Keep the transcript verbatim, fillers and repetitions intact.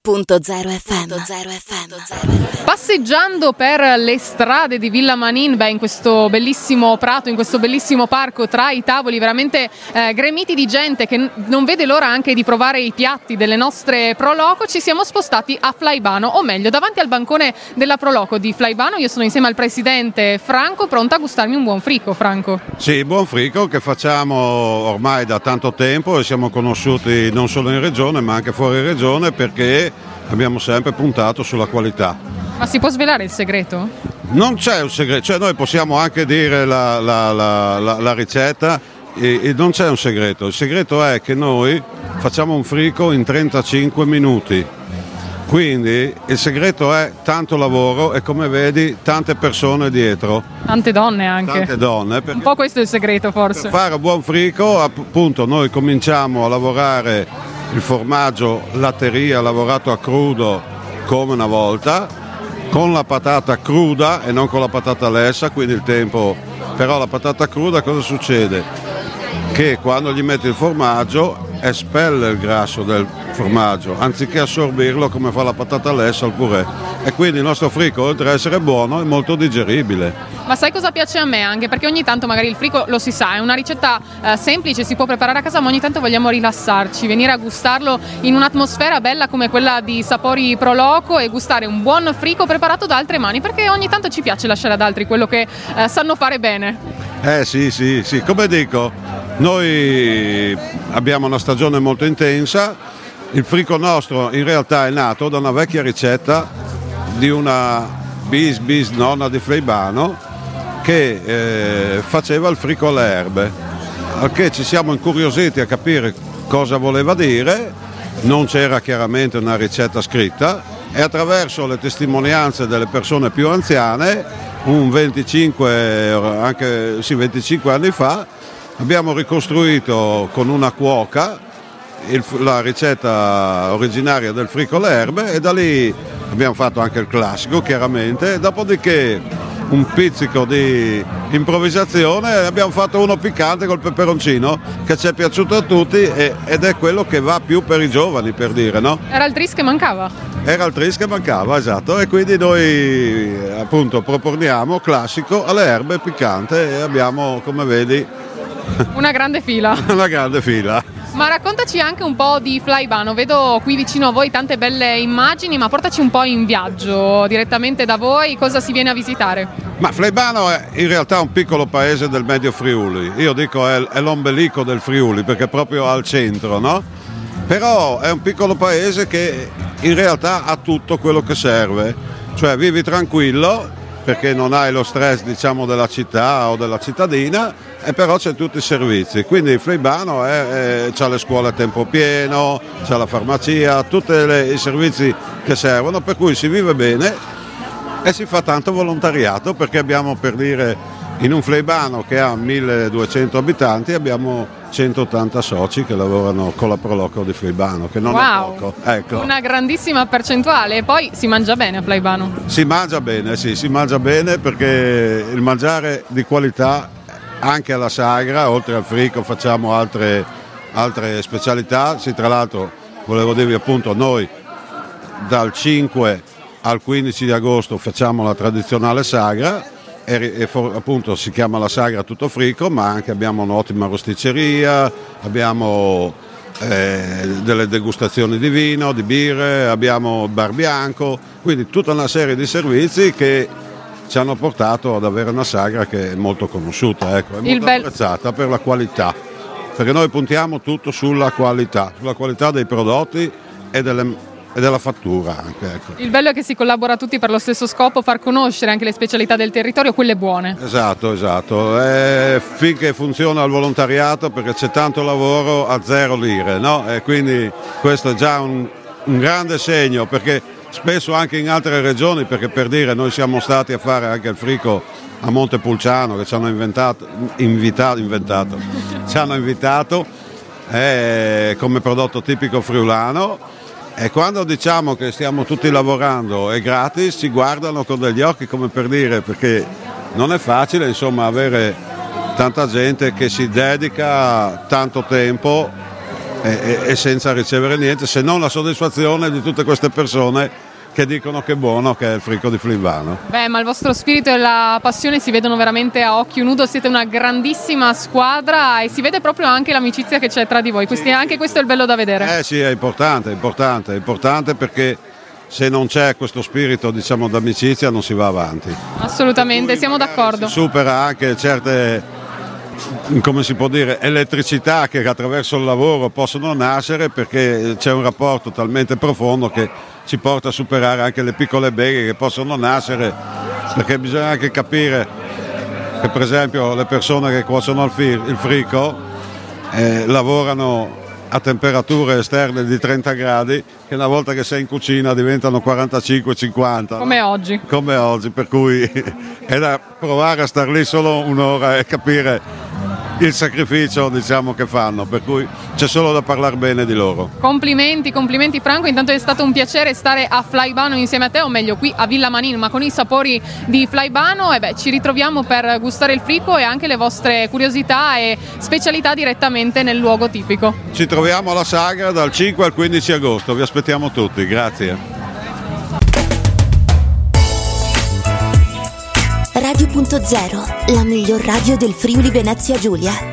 punto zero F M. Passeggiando per le strade di Villa Manin, beh, in questo bellissimo prato, in questo bellissimo parco, tra i tavoli veramente eh, gremiti di gente che n- non vede l'ora anche di provare i piatti delle nostre Proloco, ci siamo spostati a Flaibano, o meglio davanti al bancone della Proloco di Flaibano. Io sono insieme al presidente Franco, pronta a gustarmi un buon frico. Franco? Sì, buon frico che facciamo ormai da tanto tempo e siamo conosciuti non solo in regione ma anche fuori regione, perché abbiamo sempre puntato sulla qualità. Ma si può svelare il segreto? Non c'è un segreto, cioè noi possiamo anche dire la, la, la, la, la ricetta e, e non c'è un segreto. Il segreto è che noi facciamo un frico in trentacinque minuti, quindi il segreto è tanto lavoro e, come vedi, tante persone dietro. Tante donne anche. Tante donne. Un po' questo è il segreto forse. Per fare un buon frico, appunto, noi cominciamo a lavorare il formaggio latteria lavorato a crudo come una volta, con la patata cruda e non con la patata lessa, quindi il tempo. Però la patata cruda cosa succede? Che quando gli metti il formaggio espelle il grasso del formaggio anziché assorbirlo come fa la patata lessa al purè, e quindi il nostro frico, oltre ad essere buono, è molto digeribile. Ma sai cosa piace a me? Anche perché ogni tanto magari il frico, lo si sa, è una ricetta eh, semplice, si può preparare a casa, ma ogni tanto vogliamo rilassarci, venire a gustarlo in un'atmosfera bella come quella di Sapori Proloco e gustare un buon frico preparato da altre mani, perché ogni tanto ci piace lasciare ad altri quello che eh, sanno fare bene. Eh sì, sì, sì, come dico, noi abbiamo una stagione molto intensa. Il frico nostro in realtà è nato da una vecchia ricetta di una bis bis nonna di Flaibano che eh, faceva il frico alle erbe, al che ci siamo incuriositi a capire cosa voleva dire. Non c'era chiaramente una ricetta scritta e attraverso le testimonianze delle persone più anziane, un venticinque, anche, sì, venticinque anni fa, abbiamo ricostruito con una cuoca il, la ricetta originaria del frico alle erbe, e da lì abbiamo fatto anche il classico chiaramente. Dopodiché un pizzico di improvvisazione, abbiamo fatto uno piccante col peperoncino che ci è piaciuto a tutti e, ed è quello che va più per i giovani, per dire, no? Era il tris che mancava. Era il tris che mancava, esatto, e quindi noi appunto proponiamo classico alle erbe piccante e abbiamo, come vedi, una grande fila. una grande fila. Ma raccontaci anche un po' di Flaibano, vedo qui vicino a voi tante belle immagini, ma portaci un po' in viaggio direttamente da voi, cosa si viene a visitare? Ma Flaibano è in realtà un piccolo paese del Medio Friuli, io dico è, è l'ombelico del Friuli perché è proprio al centro, no? Però è un piccolo paese che in realtà ha tutto quello che serve, cioè vivi tranquillo perché non hai lo stress, diciamo, della città o della cittadina, e però c'è tutti i servizi, quindi Flaibano è, è, c'ha le scuole a tempo pieno, c'ha la farmacia, tutti i servizi che servono, per cui si vive bene e si fa tanto volontariato, perché abbiamo, per dire, in un Flaibano che ha milleduecento abitanti abbiamo centottanta soci che lavorano con la Proloco di Flaibano, che non wow, è poco. Ecco. Una grandissima percentuale. E poi si mangia bene a Flaibano? Si mangia bene, sì, si mangia bene, perché il mangiare di qualità anche alla sagra, oltre al frico facciamo altre, altre specialità. Sì, tra l'altro volevo dirvi appunto, noi dal cinque al quindici di agosto facciamo la tradizionale sagra e, e for, appunto si chiama la sagra tutto frico, ma anche abbiamo un'ottima rosticceria, abbiamo eh, delle degustazioni di vino, di birre, abbiamo il bar bianco, quindi tutta una serie di servizi che ci hanno portato ad avere una sagra che è molto conosciuta, ecco, è molto bel... apprezzata per la qualità, perché noi puntiamo tutto sulla qualità, sulla qualità dei prodotti e, delle, e della fattura anche. Ecco. Il bello è che si collabora tutti per lo stesso scopo, far conoscere anche le specialità del territorio, quelle buone. Esatto, esatto, e finché funziona il volontariato, perché c'è tanto lavoro a zero lire, no? E quindi questo è già un, un grande segno, perché spesso anche in altre regioni, perché per dire noi siamo stati a fare anche il frico a Montepulciano, che ci hanno inventato, invitato, inventato, ci hanno invitato eh, come prodotto tipico friulano, e quando diciamo che stiamo tutti lavorando e gratis ci guardano con degli occhi come per dire, perché non è facile insomma avere tanta gente che si dedica tanto tempo e, e senza ricevere niente, se non la soddisfazione di tutte queste persone che dicono che è buono, che è il frico di Flimbano. Beh, ma il vostro spirito e la passione si vedono veramente a occhio nudo, siete una grandissima squadra e si vede proprio anche l'amicizia che c'è tra di voi, questi, sì. Anche questo è il bello da vedere. Eh sì, è importante, è importante, è importante perché se non c'è questo spirito, diciamo, d'amicizia non si va avanti. Assolutamente, siamo d'accordo. Si supera anche certe, come si può dire, elettricità che attraverso il lavoro possono nascere, perché c'è un rapporto talmente profondo che ci porta a superare anche le piccole beghe che possono nascere, perché bisogna anche capire che per esempio le persone che cuociono il, fi- il frico eh, lavorano a temperature esterne di trenta gradi che una volta che sei in cucina diventano quarantacinque cinquanta, come no? oggi come oggi, per cui è da provare a star lì solo un'ora e capire il sacrificio, diciamo, che fanno, per cui c'è solo da parlare bene di loro. Complimenti, complimenti Franco, intanto è stato un piacere stare a Flaibano insieme a te, o meglio qui a Villa Manin, ma con i sapori di Flaibano, e beh, ci ritroviamo per gustare il frico e anche le vostre curiosità e specialità direttamente nel luogo tipico. Ci troviamo alla Sagra dal cinque al quindici agosto, vi aspettiamo tutti, grazie. Radio punto zero, la miglior radio del Friuli Venezia Giulia.